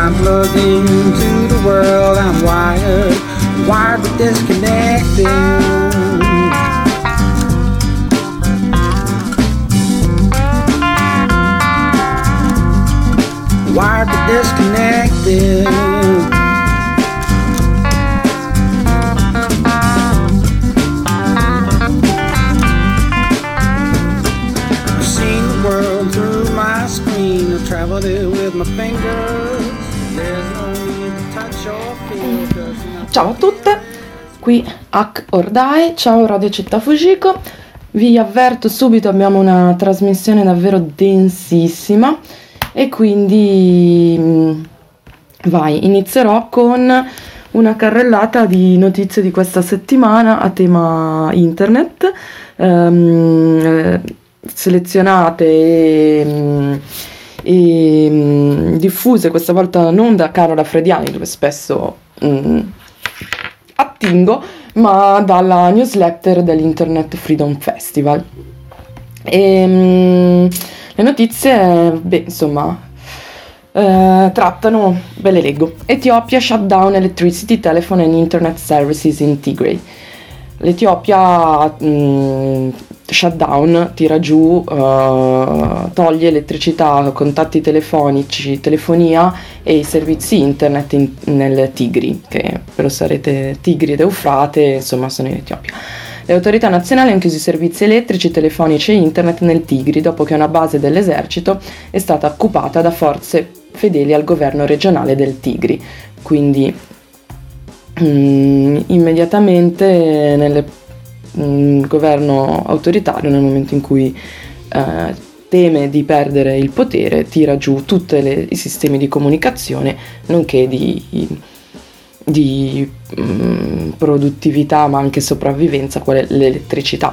I'm plugged into the world, I'm wired but disconnected. Wired but disconnected. I've seen the world through my screen, I've traveled it with my fingers. There's no need to touch or feel. Ciao a tutte, qui Hack or Die, ciao Radio Città Fujiko. Vi avverto subito, abbiamo una trasmissione davvero densissima e quindi inizierò con una carrellata di notizie di questa settimana a tema internet, selezionate e diffuse questa volta non da Carola Frediani, dove spesso attingo, ma dalla newsletter dell'Internet Freedom Festival. Le notizie, trattano, ve le leggo. Ethiopia shut down electricity, telephone and internet services in Tigray. L'Etiopia shutdown, tira giù, toglie elettricità, contatti telefonici, telefonia e i servizi internet nel Tigri, che però sarete Tigri ed Eufrate, insomma sono in Etiopia. Le autorità nazionali hanno chiuso i servizi elettrici, telefonici e internet nel Tigri dopo che una base dell'esercito è stata occupata da forze fedeli al governo regionale del Tigri. Quindi immediatamente il governo autoritario, nel momento in cui teme di perdere il potere, tira giù tutti i sistemi di comunicazione, nonché di produttività ma anche sopravvivenza, qual è l'elettricità.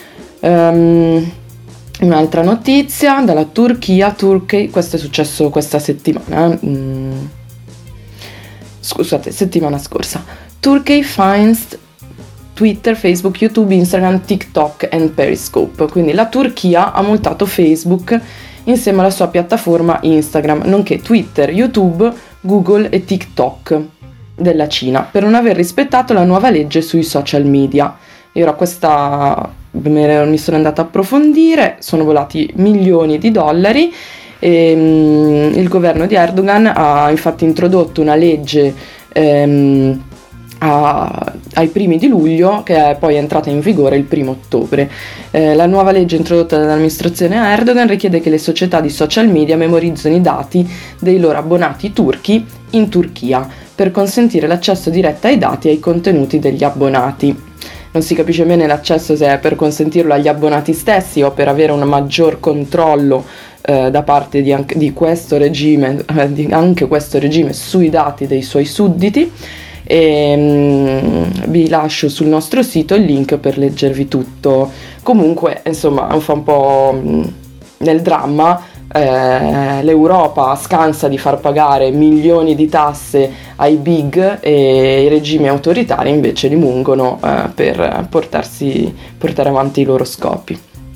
Un'altra notizia dalla Turchia, questo è successo questa settimana, settimana scorsa. Turkey fines Twitter, Facebook, YouTube, Instagram, TikTok e Periscope. Quindi la Turchia ha multato Facebook insieme alla sua piattaforma Instagram, nonché Twitter, YouTube, Google e TikTok della Cina per non aver rispettato la nuova legge sui social media. E ora mi sono andata a approfondire, sono volati milioni di dollari e il governo di Erdogan ha infatti introdotto una legge ai primi di luglio, che è poi entrata in vigore il 1° ottobre. La nuova legge introdotta dall'amministrazione Erdogan richiede che le società di social media memorizzino i dati dei loro abbonati turchi in Turchia per consentire l'accesso diretto ai dati e ai contenuti degli abbonati. Non si capisce bene l'accesso, se è per consentirlo agli abbonati stessi o per avere un maggior controllo da parte di questo regime, anche questo regime, sui dati dei suoi sudditi. Vi lascio sul nostro sito il link per leggervi tutto. Comunque, insomma, fa un po' nel dramma. L'Europa scansa di far pagare milioni di tasse ai big e i regimi autoritari invece li mungono per portare avanti i loro scopi.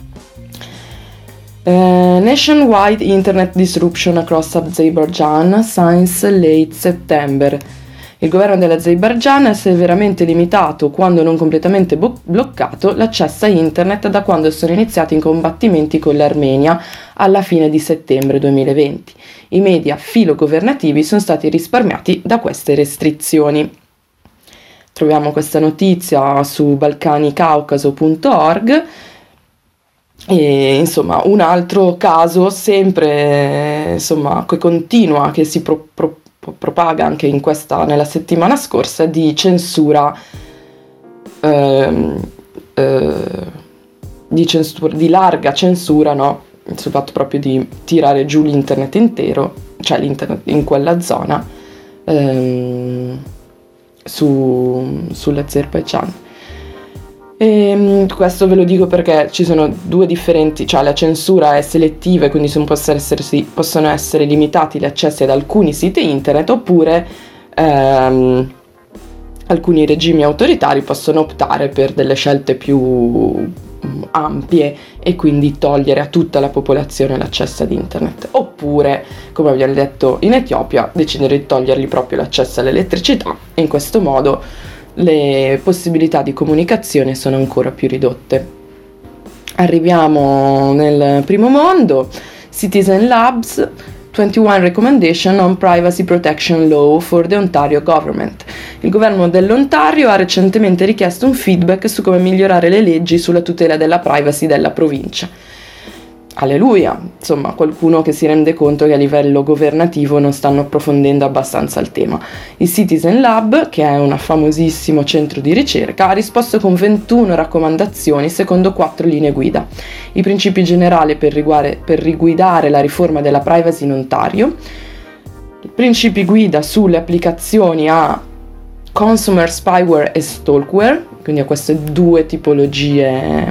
Nationwide internet disruption across Azerbaijan since late September. Il governo dell'Azerbaijan ha severamente limitato, quando non completamente bloccato, l'accesso a internet da quando sono iniziati i combattimenti con l'Armenia alla fine di settembre 2020. I media filogovernativi sono stati risparmiati da queste restrizioni. Troviamo questa notizia su balcanicaucaso.org. E insomma un altro caso sempre che continua, che si propaga anche nella settimana scorsa, di censura, di larga censura, no? Sul fatto proprio di tirare giù l'internet intero, cioè l'internet in quella zona, sull'Azerbaijan. E questo ve lo dico perché ci sono due differenti, cioè la censura è selettiva e quindi possono essere limitati gli accessi ad alcuni siti internet, oppure alcuni regimi autoritari possono optare per delle scelte più ampie e quindi togliere a tutta la popolazione l'accesso ad internet. Oppure, come abbiamo detto in Etiopia, decidere di togliergli proprio l'accesso all'elettricità e in questo modo le possibilità di comunicazione sono ancora più ridotte. Arriviamo nel primo mondo, Citizen Labs, 21 Recommendation on Privacy Protection Law for the Ontario Government. Il governo dell'Ontario ha recentemente richiesto un feedback su come migliorare le leggi sulla tutela della privacy della provincia. Alleluia, insomma, qualcuno che si rende conto che a livello governativo non stanno approfondendo abbastanza il tema. Il Citizen Lab, che è un famosissimo centro di ricerca, ha risposto con 21 raccomandazioni secondo 4 linee guida. I principi generali per riguidare la riforma della privacy in Ontario, i principi guida sulle applicazioni a consumer spyware e stalkware, quindi a queste due tipologie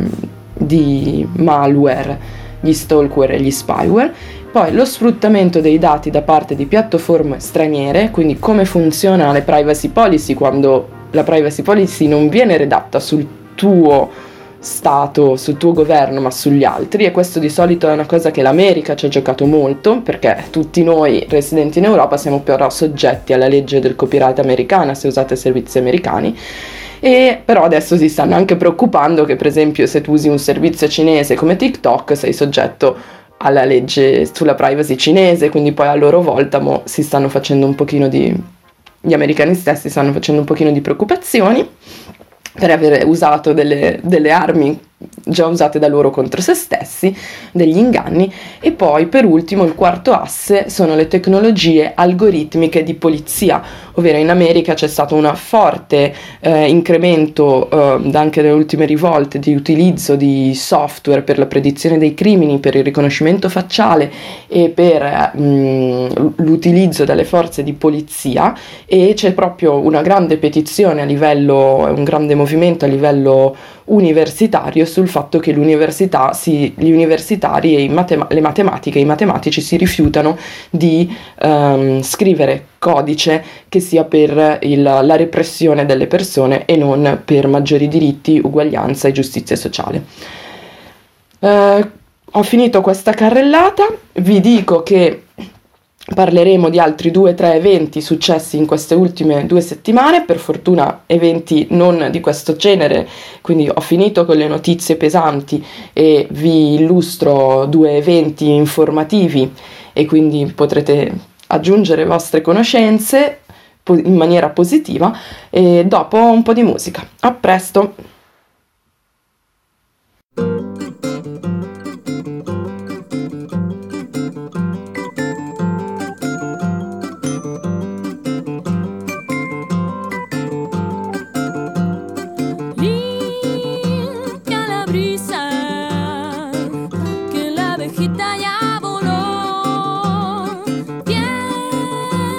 di malware, gli stalkware e gli spyware, poi lo sfruttamento dei dati da parte di piattaforme straniere, quindi come funziona le privacy policy quando la privacy policy non viene redatta sul tuo stato, sul tuo governo, ma sugli altri, e questo di solito è una cosa che l'America ci ha giocato molto, perché tutti noi residenti in Europa siamo però soggetti alla legge del copyright americana se usate servizi americani. E però adesso si stanno anche preoccupando che, per esempio, se tu usi un servizio cinese come TikTok sei soggetto alla legge sulla privacy cinese, quindi poi a loro volta si stanno facendo un pochino gli americani stessi stanno facendo un pochino di preoccupazioni per aver usato delle armi già usate da loro contro se stessi, degli inganni. E poi per ultimo il quarto asse sono le tecnologie algoritmiche di polizia, ovvero in America c'è stato un forte incremento anche nelle ultime rivolte di utilizzo di software per la predizione dei crimini, per il riconoscimento facciale e per l'utilizzo dalle forze di polizia, e c'è proprio una grande petizione a livello, un grande movimento a livello universitario sul fatto che gli universitari e le matematiche, i matematici si rifiutano di scrivere codice che sia per la repressione delle persone e non per maggiori diritti, uguaglianza e giustizia sociale. Ho finito questa carrellata, vi dico che parleremo di altri 2-3 eventi successi in queste ultime 2 settimane, per fortuna eventi non di questo genere, quindi ho finito con le notizie pesanti e vi illustro 2 eventi informativi e quindi potrete aggiungere vostre conoscenze in maniera positiva, e dopo un po' di musica. A presto!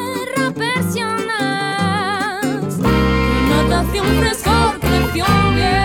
Un frescor que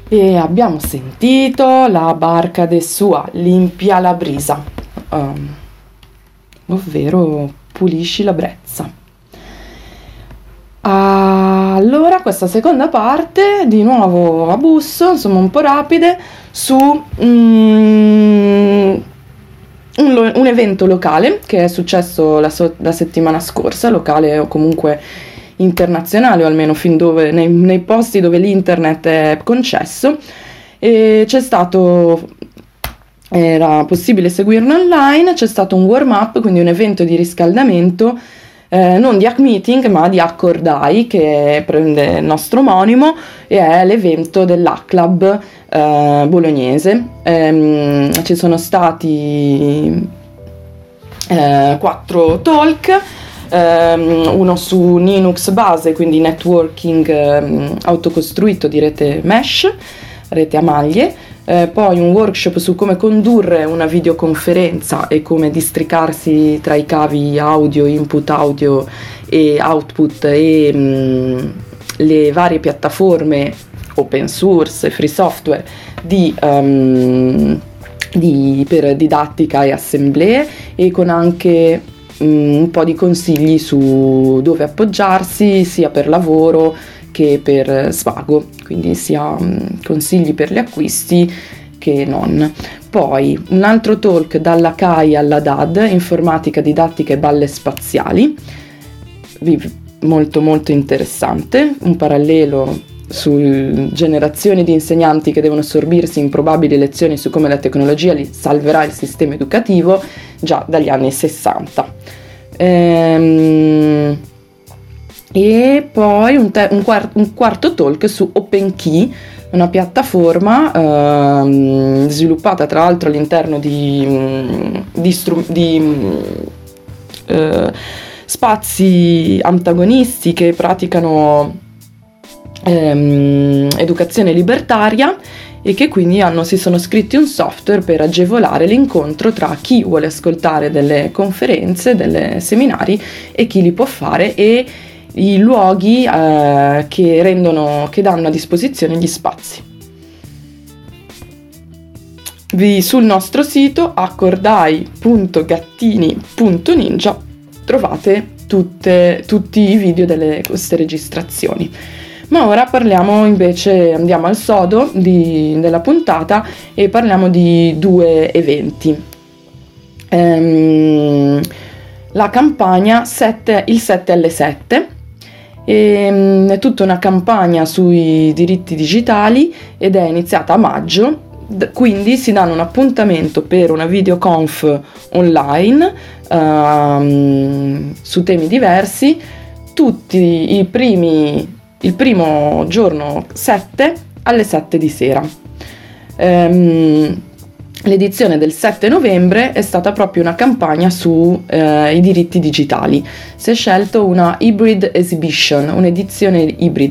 e abbiamo sentito La barca de sua limpia la brisa, ovvero pulisci la brezza. Allora, questa seconda parte, di nuovo a busso, insomma un po' rapide, su un evento locale che è successo la settimana scorsa, locale o comunque internazionale, o almeno fin dove, nei posti dove l'internet è concesso, e era possibile seguirlo online. C'è stato un warm up, quindi un evento di riscaldamento, non di Hack Meeting ma di Hackordai, che prende il nostro omonimo e è l'evento dell'Hack bolognese. Ci sono stati 4 talk, uno su Linux base, quindi networking autocostruito di rete mesh, rete a maglie, poi un workshop su come condurre una videoconferenza e come districarsi tra i cavi audio, input audio e output e le varie piattaforme open source, free software per didattica e assemblee, e con anche un po' di consigli su dove appoggiarsi sia per lavoro che per svago, quindi sia consigli per gli acquisti che non. Poi un altro talk dalla CAI alla DAD, informatica, didattica e balle spaziali, molto molto interessante, un parallelo su generazioni di insegnanti che devono assorbirsi improbabili lezioni su come la tecnologia li salverà il sistema educativo già dagli anni 60. E poi un quarto talk su OpenKey, una piattaforma sviluppata tra l'altro all'interno di spazi antagonisti che praticano educazione libertaria, e che quindi si sono scritti un software per agevolare l'incontro tra chi vuole ascoltare delle conferenze, delle seminari, e chi li può fare, e i luoghi che danno a disposizione gli spazi. Sul nostro sito hackordai.gattini.ninja trovate tutti i video delle queste registrazioni. Ma ora andiamo al sodo della puntata e parliamo di 2 eventi. La campagna il 7L7 è tutta una campagna sui diritti digitali ed è iniziata a maggio, quindi si danno un appuntamento per una videoconf online su temi diversi il primo giorno 7 alle 7 di sera. L'edizione del 7 novembre è stata proprio una campagna sui diritti digitali. Si è scelto una hybrid exhibition, un'esibizione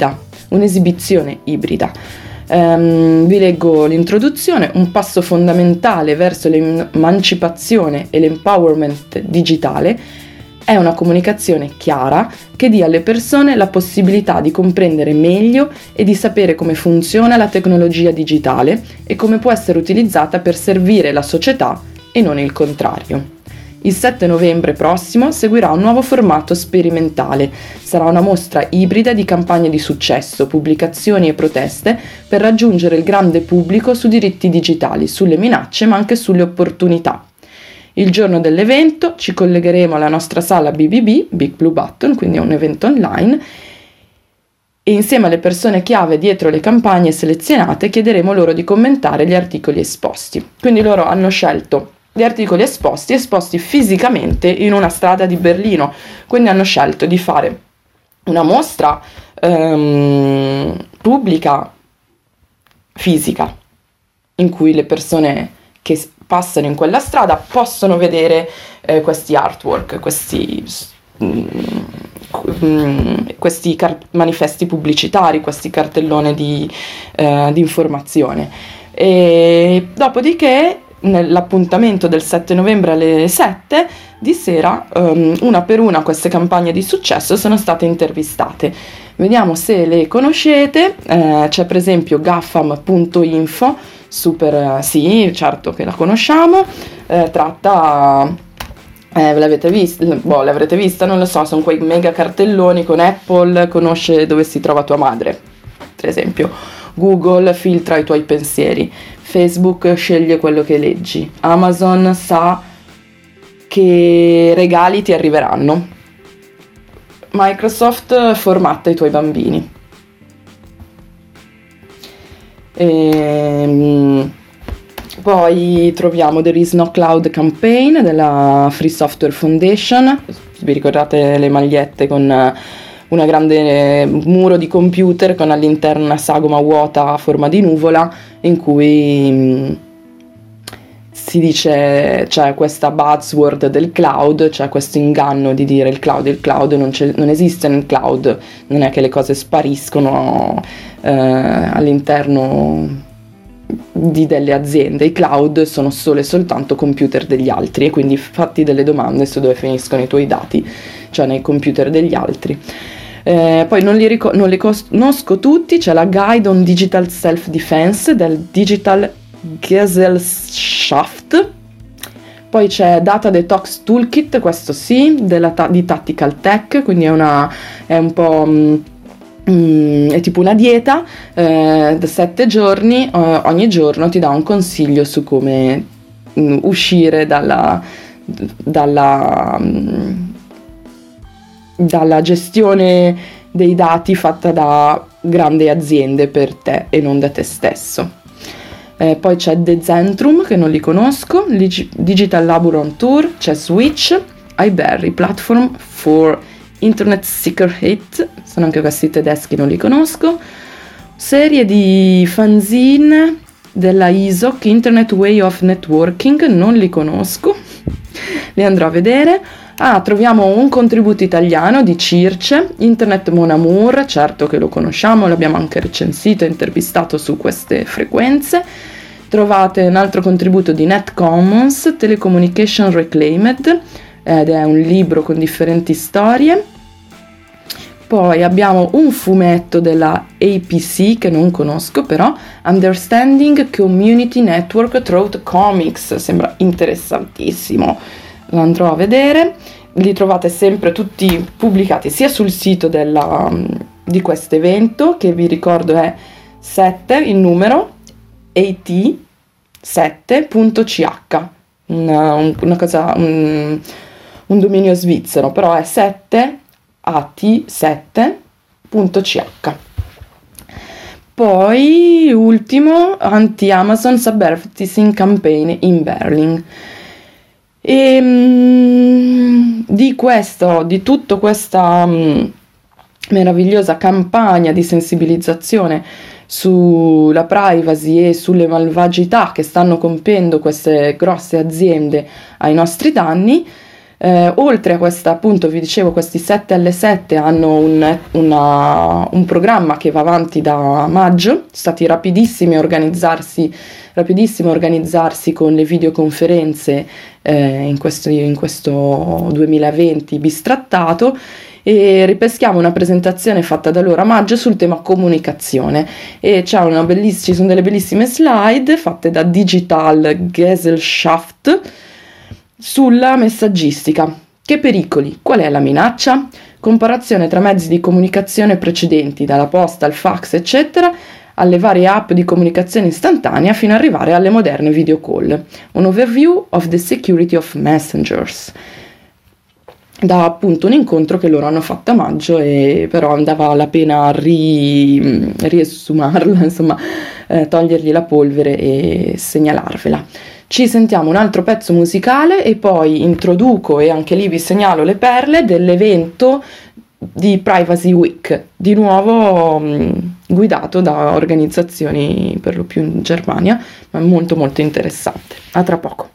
ibrida. Vi leggo l'introduzione: un passo fondamentale verso l'emancipazione e l'empowerment digitale è una comunicazione chiara che dia alle persone la possibilità di comprendere meglio e di sapere come funziona la tecnologia digitale e come può essere utilizzata per servire la società e non il contrario. Il 7 novembre prossimo seguirà un nuovo formato sperimentale. Sarà una mostra ibrida di campagne di successo, pubblicazioni e proteste per raggiungere il grande pubblico su diritti digitali, sulle minacce ma anche sulle opportunità. Il giorno dell'evento ci collegheremo alla nostra sala BBB, Big Blue Button, quindi è un evento online, e insieme alle persone chiave dietro le campagne selezionate chiederemo loro di commentare gli articoli esposti. Quindi loro hanno scelto gli articoli esposti fisicamente in una strada di Berlino, quindi hanno scelto di fare una mostra pubblica fisica in cui le persone che passano in quella strada possono vedere questi artwork, questi manifesti pubblicitari, questi cartelloni di informazione. E dopodiché, nell'appuntamento del 7 novembre alle 7 di sera, una per una queste campagne di successo sono state intervistate. Vediamo se le conoscete. C'è per esempio gaffam.info, super, sì, certo che la conosciamo, tratta, l'avrete vista, non lo so, sono quei mega cartelloni con Apple, conosce dove si trova tua madre, per esempio. Google filtra i tuoi pensieri, Facebook sceglie quello che leggi, Amazon sa che regali ti arriveranno, Microsoft formatta i tuoi bambini. Poi troviamo There is no cloud campaign della Free Software Foundation. Vi ricordate le magliette con una grande muro di computer con all'interno una sagoma vuota a forma di nuvola, in cui si dice, c'è questa buzzword del cloud, c'è questo inganno di dire il cloud non esiste nel cloud, non è che le cose spariscono all'interno di delle aziende, i cloud sono solo e soltanto computer degli altri, e quindi fatti delle domande su dove finiscono i tuoi dati, cioè nei computer degli altri. Poi non li conosco tutti, c'è la Guide on Digital Self-Defense del Digital Gesellschaft, poi c'è Data Detox Toolkit, questo sì, di Tactical Tech, quindi è un po' è tipo una dieta da 7 giorni, ogni giorno ti dà un consiglio su come uscire dalla gestione dei dati fatta da grandi aziende per te e non da te stesso. Poi c'è Decentrum, che non li conosco, Digital Labour Tour, c'è Switch, iBerry, Platform for Internet Secret, sono anche questi tedeschi, non li conosco, serie di fanzine della ISOC, Internet Way of Networking, non li conosco, li andrò a vedere. Troviamo un contributo italiano di Circe, Internet Mon Amour, certo che lo conosciamo, l'abbiamo anche recensito e intervistato su queste frequenze. Trovate un altro contributo di Net Commons, Telecommunication Reclaimed, ed è un libro con differenti storie. Poi abbiamo un fumetto della APC che non conosco, però, Understanding Community Network Through Comics, sembra interessantissimo, lo andrò a vedere. Li trovate sempre tutti pubblicati sia sul sito di questo evento, che vi ricordo è 7, il numero, at7.ch, una cosa, un dominio svizzero, però è 7 at7.ch. Poi ultimo, Anti-Amazon Subvertising Campaign in Berlin. Di tutta questa meravigliosa campagna di sensibilizzazione sulla privacy e sulle malvagità che stanno compiendo queste grosse aziende ai nostri danni, oltre a questa, appunto vi dicevo, questi 7L7 hanno un programma che va avanti da maggio, sono stati rapidissimi a organizzarsi con le videoconferenze in questo 2020 bistrattato, e ripeschiamo una presentazione fatta da loro a maggio sul tema comunicazione, e ci sono delle bellissime slide fatte da Digital Gesellschaft sulla messaggistica. Che pericoli? Qual è la minaccia? Comparazione tra mezzi di comunicazione precedenti, dalla posta al fax eccetera, alle varie app di comunicazione istantanea fino ad arrivare alle moderne video call. Un overview of the security of messengers. Da appunto un incontro che loro hanno fatto a maggio, e però andava la pena riesumarla, insomma, togliergli la polvere e segnalarvela. Ci sentiamo un altro pezzo musicale e poi introduco, e anche lì vi segnalo le perle dell'evento di Privacy Week, di nuovo guidato da organizzazioni per lo più in Germania, ma molto molto interessante. A tra poco.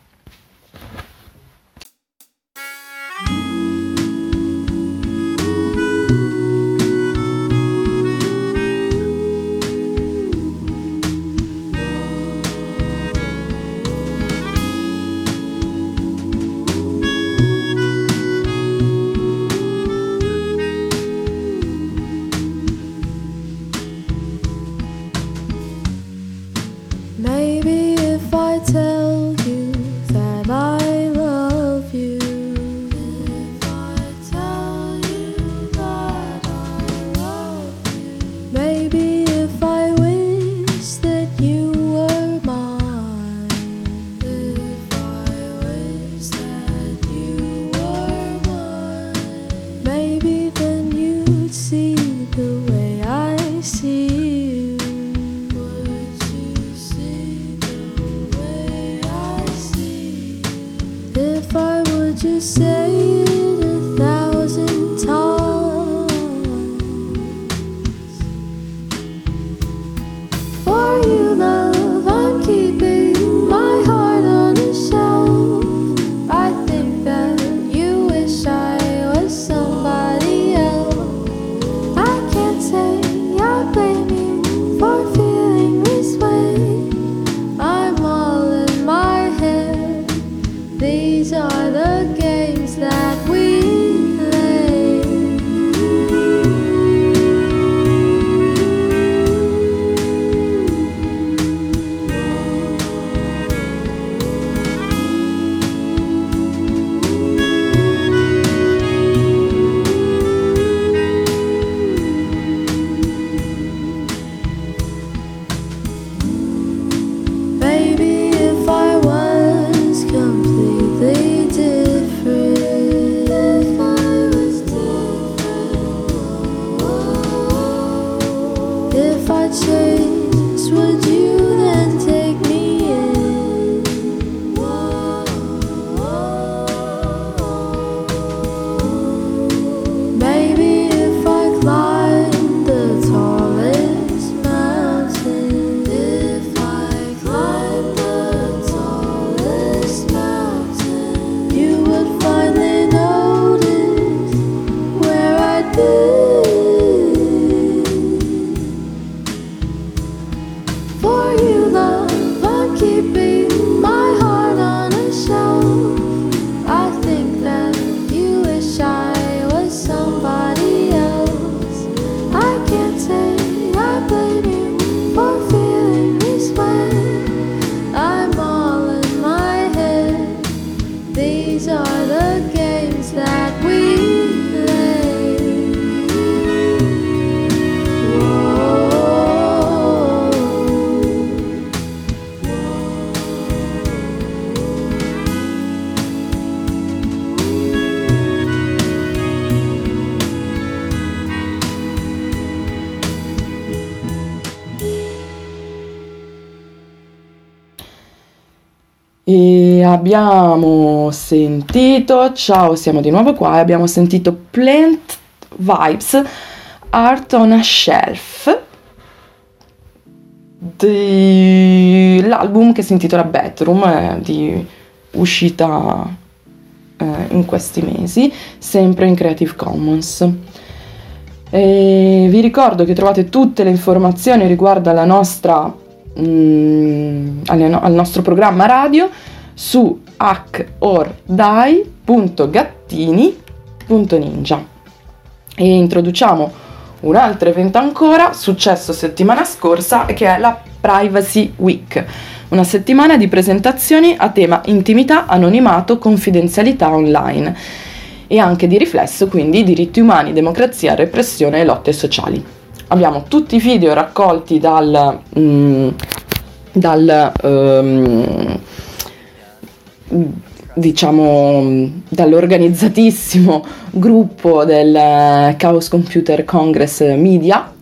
E abbiamo sentito, ciao, siamo di nuovo qua, e abbiamo sentito Plant Vibes, Art on a Shelf, l'album che si intitola Bedroom, di uscita in questi mesi, sempre in Creative Commons. E vi ricordo che trovate tutte le informazioni riguardo alla nostra al nostro programma radio su hackordie.gattini.ninja. E introduciamo un altro evento ancora successo settimana scorsa, che è la Privacy Week, una settimana di presentazioni a tema intimità, anonimato, confidenzialità online e anche di riflesso, quindi diritti umani, democrazia, repressione e lotte sociali. Abbiamo tutti i video raccolti dall'organizzatissimo gruppo del Chaos Computer Congress Media,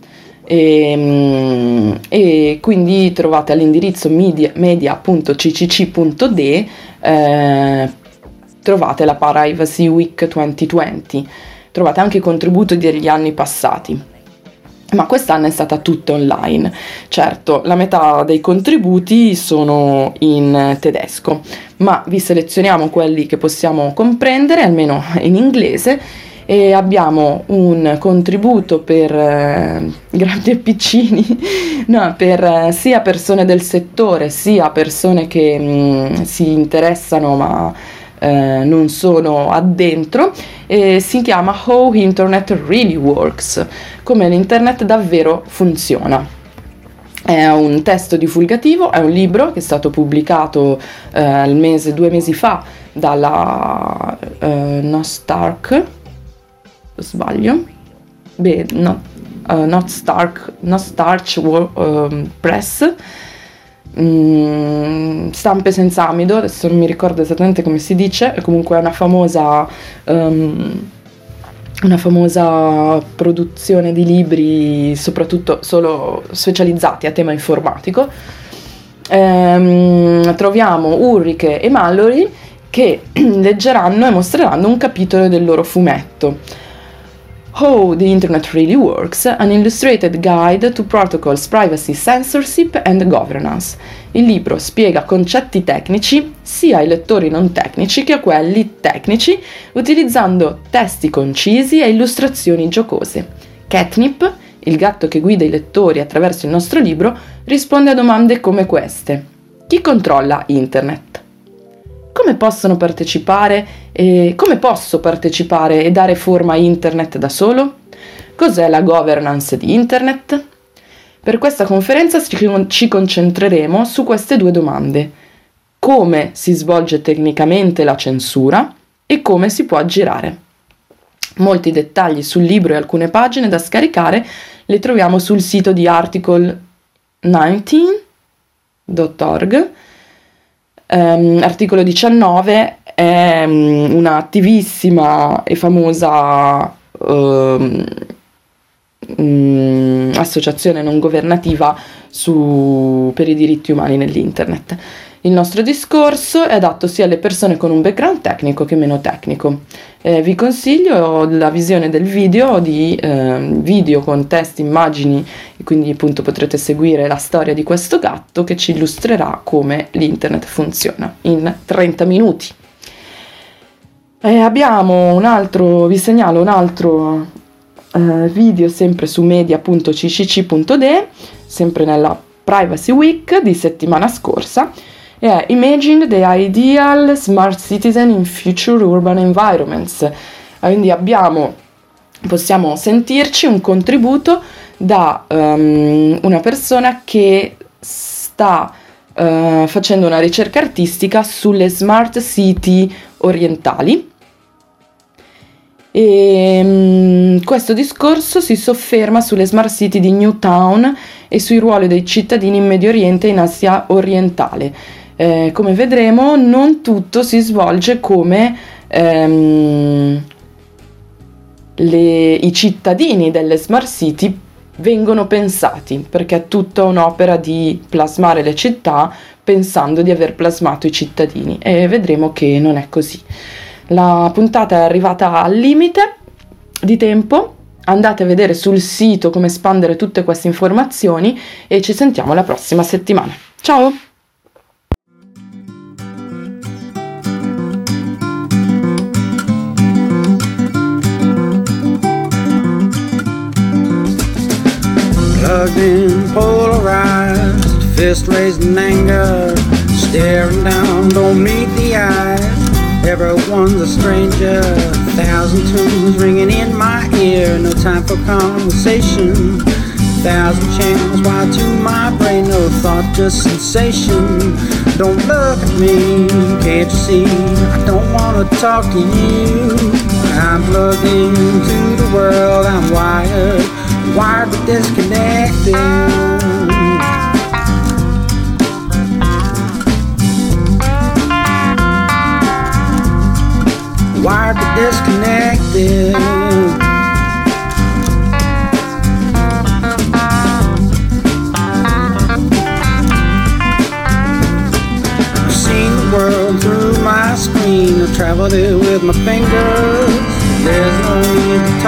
e quindi trovate all'indirizzo media.ccc.de trovate la Privacy Week 2020, trovate anche i contributi degli anni passati. Ma quest'anno è stata tutta online. Certo, la metà dei contributi sono in tedesco, ma vi selezioniamo quelli che possiamo comprendere, almeno in inglese, e abbiamo un contributo per grandi e piccini, no, per sia persone del settore, sia persone che si interessano ma non sono addentro. Si chiama How Internet Really Works, come l'internet davvero funziona. È un testo divulgativo, è un libro che è stato pubblicato 2 mesi fa dalla Not Starch Press, Stampe senza amido, adesso non mi ricordo esattamente come si dice, comunque è una famosa produzione di libri, soprattutto solo specializzati a tema informatico. Troviamo Ulrike e Mallory che leggeranno e mostreranno un capitolo del loro fumetto, How the Internet Really Works, an illustrated guide to protocols, privacy, censorship and governance. Il libro spiega concetti tecnici sia ai lettori non tecnici che a quelli tecnici, utilizzando testi concisi e illustrazioni giocose. Catnip, il gatto che guida i lettori attraverso il nostro libro, risponde a domande come queste. Chi controlla Internet? Come posso partecipare e dare forma a Internet da solo? Cos'è la governance di Internet? Per questa conferenza ci concentreremo su queste 2 domande: come si svolge tecnicamente la censura e come si può aggirare. Molti dettagli sul libro e alcune pagine da scaricare le troviamo sul sito di article19.org. Articolo 19 è un'attivissima e famosa associazione non governativa per i diritti umani nell'internet. Il nostro discorso è adatto sia alle persone con un background tecnico che meno tecnico. Vi consiglio la visione del video, video con testi, immagini, e quindi appunto potrete seguire la storia di questo gatto che ci illustrerà come l'internet funziona in 30 minuti. Vi segnalo un altro video sempre su media.ccc.de, sempre nella Privacy Week di settimana scorsa. è Imagine the Ideal Smart Citizen in Future Urban Environments. Quindi possiamo sentirci un contributo da una persona che sta facendo una ricerca artistica sulle smart city orientali. E questo discorso si sofferma sulle smart city di Newtown e sui ruoli dei cittadini in Medio Oriente e in Asia orientale. Come vedremo, non tutto si svolge come i cittadini delle smart city vengono pensati, perché è tutta un'opera di plasmare le città pensando di aver plasmato i cittadini, e vedremo che non è così. La puntata è arrivata al limite di tempo, andate a vedere sul sito come espandere tutte queste informazioni e ci sentiamo la prossima settimana. Ciao! Plugged in, polarized, fist raised in anger, staring down, don't meet the eyes. Everyone's a stranger, 1,000 tunes ringing in my ear, no time for conversation. 1,000 channels wired to my brain, no thought, just sensation. Don't look at me, can't you see? I don't wanna talk to you. I'm plugged into the world, I'm wired but disconnected. Wired but disconnected. I've seen the world through my screen, I've traveled it with my fingers. There's no need to